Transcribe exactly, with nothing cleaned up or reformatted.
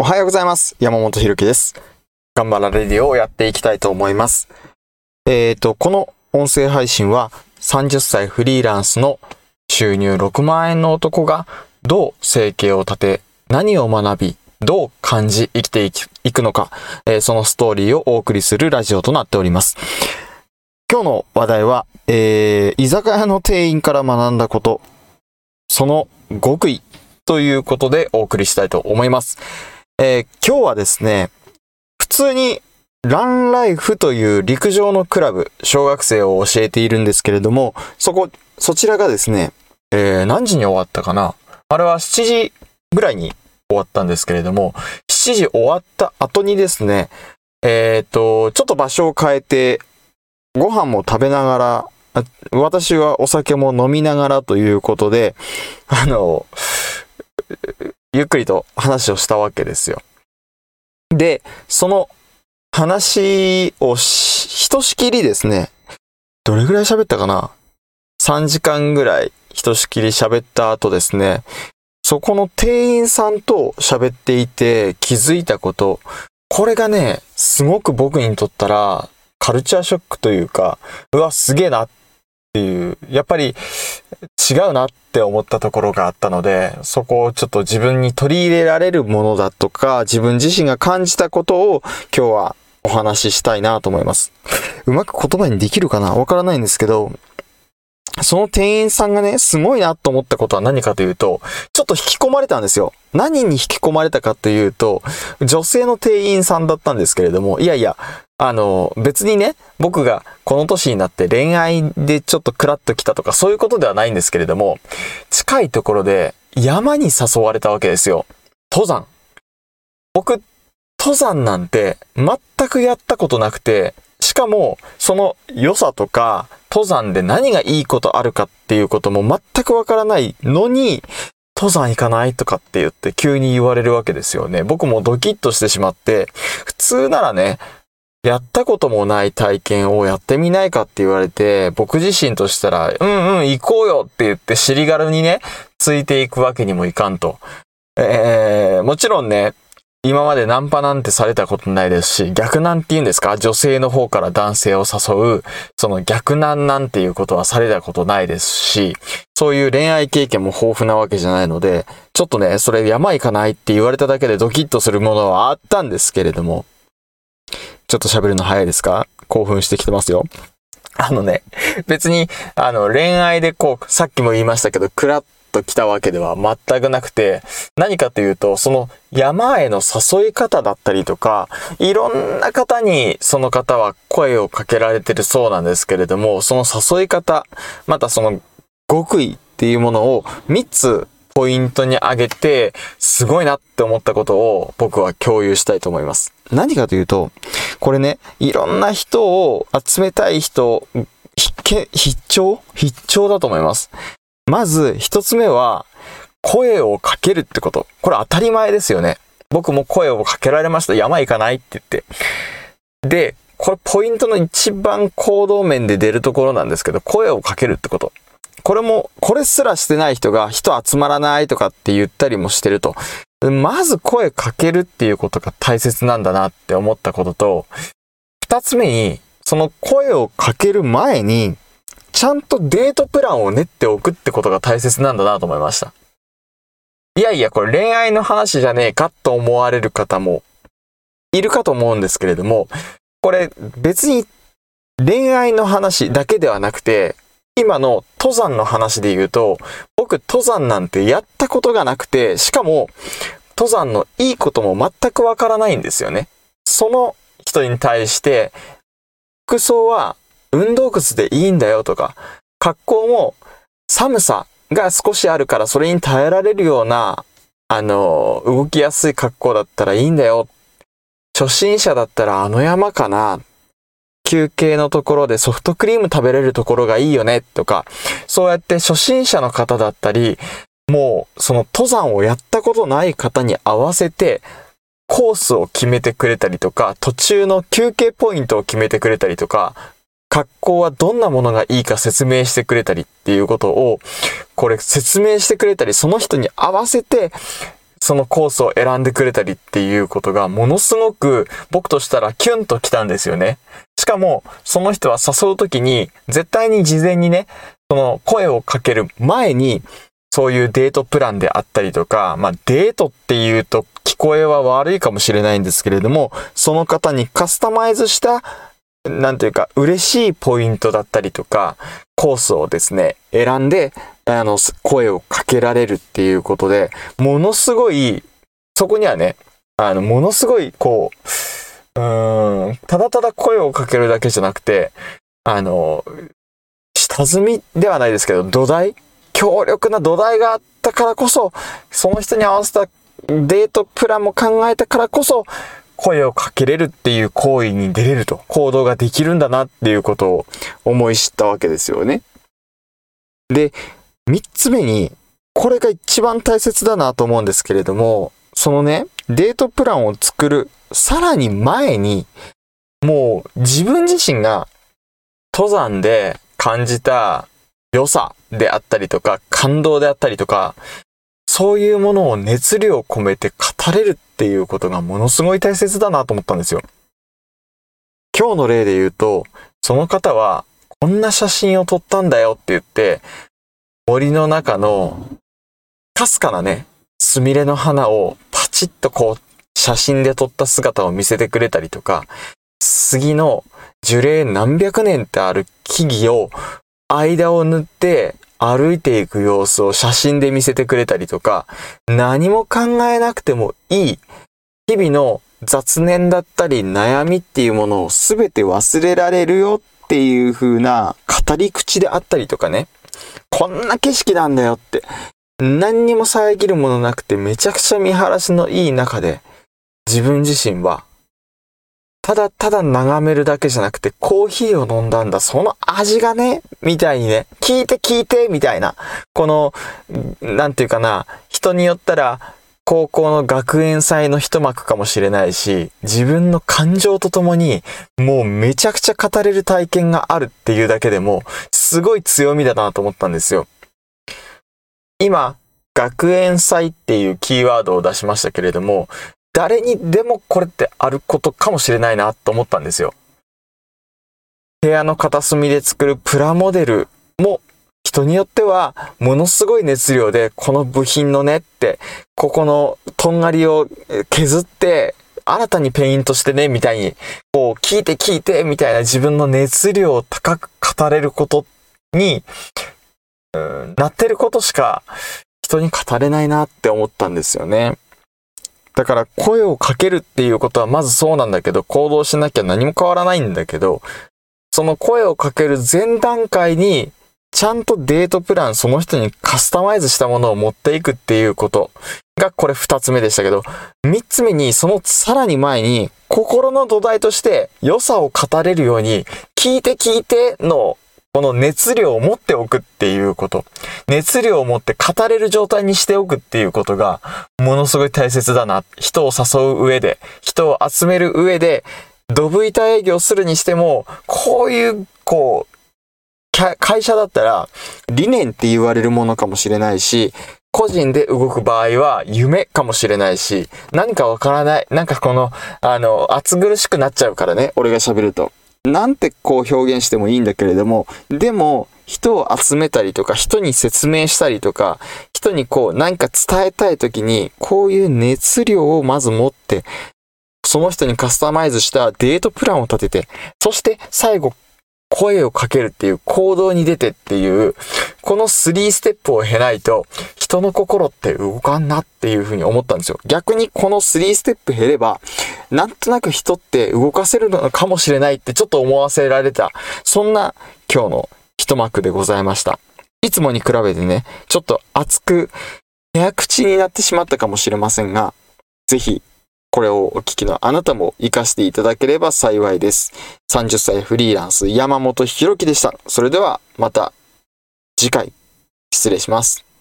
おはようございます。山本ひろきです。頑張らレディオをやっていきたいと思います。えーと、この音声配信はさんじゅっさいフリーランスの収入ろくまんえんの男がどう生計を立て、何を学び、どう感じ生きていくのか、えー、そのストーリーをお送りするラジオとなっております。今日の話題は、えー、居酒屋の店員から学んだこと、その極意ということでお送りしたいと思います。えー、今日はですね、普通にランライフという陸上のクラブ、小学生を教えているんですけれども、そこ、そちらがですね、えー、何時に終わったかな？あれはしちじぐらいに終わったんですけれども、しちじ終わった後にですね、えっと、ちょっと場所を変えて、ご飯も食べながら、私はお酒も飲みながらということで、あの、ゆっくりと話をしたわけですよ。で、その話をし、ひとしきりですね、どれぐらい喋ったかな？ さん 時間ぐらいひとしきり喋った後ですね、そこの店員さんと喋っていて気づいたこと、これがね、すごく僕にとったらカルチャーショックというか、うわ、すげえなっていう、やっぱり違うなって思ったところがあったので、そこをちょっと自分に取り入れられるものだとか、自分自身が感じたことを今日はお話ししたいなと思います。うまく言葉にできるかな？わからないんですけど、その店員さんがね、すごいなと思ったことは何かというと、ちょっと引き込まれたんですよ。何に引き込まれたかというと、女性の店員さんだったんですけれども、いやいや、あの、別にね、僕がこの年になって恋愛でちょっとクラッと来たとかそういうことではないんですけれども、近いところで山に誘われたわけですよ。登山。僕、登山なんて全くやったことなくて、しかもその良さとか登山で何がいいことあるかっていうことも全くわからないのに、登山行かないとかって言って急に言われるわけですよね。僕もドキッとしてしまって、普通ならね、やったこともない体験をやってみないかって言われて、僕自身としたら、うんうん行こうよって言って尻軽にね、ついていくわけにもいかんと。えー、もちろんね、今までナンパなんてされたことないですし、逆難って言うんですか？女性の方から男性を誘う、その逆難なんていうことはされたことないですし、そういう恋愛経験も豊富なわけじゃないので、ちょっとね、それ山行かないって言われただけでドキッとするものはあったんですけれども、ちょっと喋るの早いですか？興奮してきてますよ。あのね、別に、あの、恋愛でこう、さっきも言いましたけど、クラッと来たわけでは全くなくて、何かというと、その山への誘い方だったりとか、いろんな方にその方は声をかけられてるそうなんですけれども、その誘い方、またその極意っていうものをみっつポイントに挙げて、すごいなって思ったことを僕は共有したいと思います。何かというと、これね、いろんな人を集めたい人、必聴必聴だと思います。まず一つ目は、声をかけるってこと。これ当たり前ですよね。僕も声をかけられました。山行かないって言って。で、これポイントの一番行動面で出るところなんですけど、声をかけるってこと。これも、これすらしてない人が人集まらないとかって言ったりもしてると。まず声かけるっていうことが大切なんだなって思ったことと、二つ目に、その声をかける前に、ちゃんとデートプランを練っておくってことが大切なんだなと思いました。いやいや、これ恋愛の話じゃねえかと思われる方もいるかと思うんですけれども、これ別に恋愛の話だけではなくて、今の登山の話で言うと、僕登山なんてやったことがなくて、しかも登山のいいことも全くわからないんですよね。その人に対して、服装は運動靴でいいんだよとか、格好も寒さが少しあるからそれに耐えられるような、あの、動きやすい格好だったらいいんだよ。初心者だったらあの山かな。休憩のところでソフトクリーム食べれるところがいいよねとか、そうやって初心者の方だったり、もうその登山をやったことない方に合わせて、コースを決めてくれたりとか、途中の休憩ポイントを決めてくれたりとか、格好はどんなものがいいか説明してくれたりっていうことを、これ説明してくれたり、その人に合わせてそのコースを選んでくれたりっていうことがものすごく僕としたらキュンときたんですよね。しかもその人は誘うときに絶対に事前にね、その声をかける前にそういうデートプランであったりとか、まあデートっていうと聞こえは悪いかもしれないんですけれども、その方にカスタマイズしたなんていうか嬉しいポイントだったりとかコースをですね選んであの声をかけられるっていうことで、ものすごいそこにはねあのものすごいこううーんただただ声をかけるだけじゃなくて、あの下積みではないですけど土台強力な土台があったからこそ、その人に合わせたデートプランも考えたからこそ声をかけれるっていう行為に出れると、行動ができるんだなっていうことを思い知ったわけですよね。で、三つ目に、これが一番大切だなと思うんですけれども、そのね、デートプランを作るさらに前に、もう自分自身が登山で感じた良さであったりとか、感動であったりとか、そういうものを熱量を込めて語れるっていうことがものすごい大切だなと思ったんですよ。今日の例で言うと、その方はこんな写真を撮ったんだよって言って、森の中のかすかなね、スミレの花をパチッとこう写真で撮った姿を見せてくれたりとか、杉の樹齢何百年ってある木々を間を縫って歩いていく様子を写真で見せてくれたりとか、何も考えなくてもいい日々の雑念だったり悩みっていうものを全て忘れられるよっていう風な語り口であったりとかね、こんな景色なんだよって何にも遮るものなくてめちゃくちゃ見晴らしのいい中で、自分自身はただただ眺めるだけじゃなくてコーヒーを飲んだんだ、その味がねみたいにね、聞いて聞いてみたいな、このなんていうかな、人によったら高校の学園祭の一幕かもしれないし、自分の感情とともにもうめちゃくちゃ語れる体験があるっていうだけでもすごい強みだなと思ったんですよ。今学園祭っていうキーワードを出しましたけれども、誰にでもこれってあることかもしれないなと思ったんですよ。部屋の片隅で作るプラモデルも人によってはものすごい熱量で、この部品のねって、ここのとんがりを削って新たにペイントしてねみたいに、こう聞いて聞いてみたいな自分の熱量を高く語れることにうーんなってることしか人に語れないなって思ったんですよね。だから声をかけるっていうことはまずそうなんだけど、行動しなきゃ何も変わらないんだけど、その声をかける前段階にちゃんとデートプラン、その人にカスタマイズしたものを持っていくっていうことがこれ二つ目でしたけど、三つ目にそのさらに前に心の土台として良さを語れるように聞いて聞いてのこの熱量を持っておくっていうこと、熱量を持って語れる状態にしておくっていうことがものすごい大切だな。人を誘う上で、人を集める上で、ドブ板営業するにしても、こういうこう会社だったら理念って言われるものかもしれないし、個人で動く場合は夢かもしれないし、何かわからない、なんかこのあの暑苦しくなっちゃうからね、俺が喋ると。なんてこう表現してもいいんだけれども、でも人を集めたりとか、人に説明したりとか、人にこう何か伝えたいときに、こういう熱量をまず持って、その人にカスタマイズしたデートプランを立てて、そして最後声をかけるっていう行動に出てっていう、このスリーステップを経ないと人の心って動かんなっていうふうに思ったんですよ。逆にこのスリーステップ減れば、なんとなく人って動かせるのかもしれないってちょっと思わせられた、そんな今日の一幕でございました。いつもに比べてね、ちょっと熱く早口になってしまったかもしれませんが、ぜひこれをお聞きのあなたも活かしていただければ幸いです。さんじゅっさいフリーランス山本ひろきでした。それではまた次回失礼します。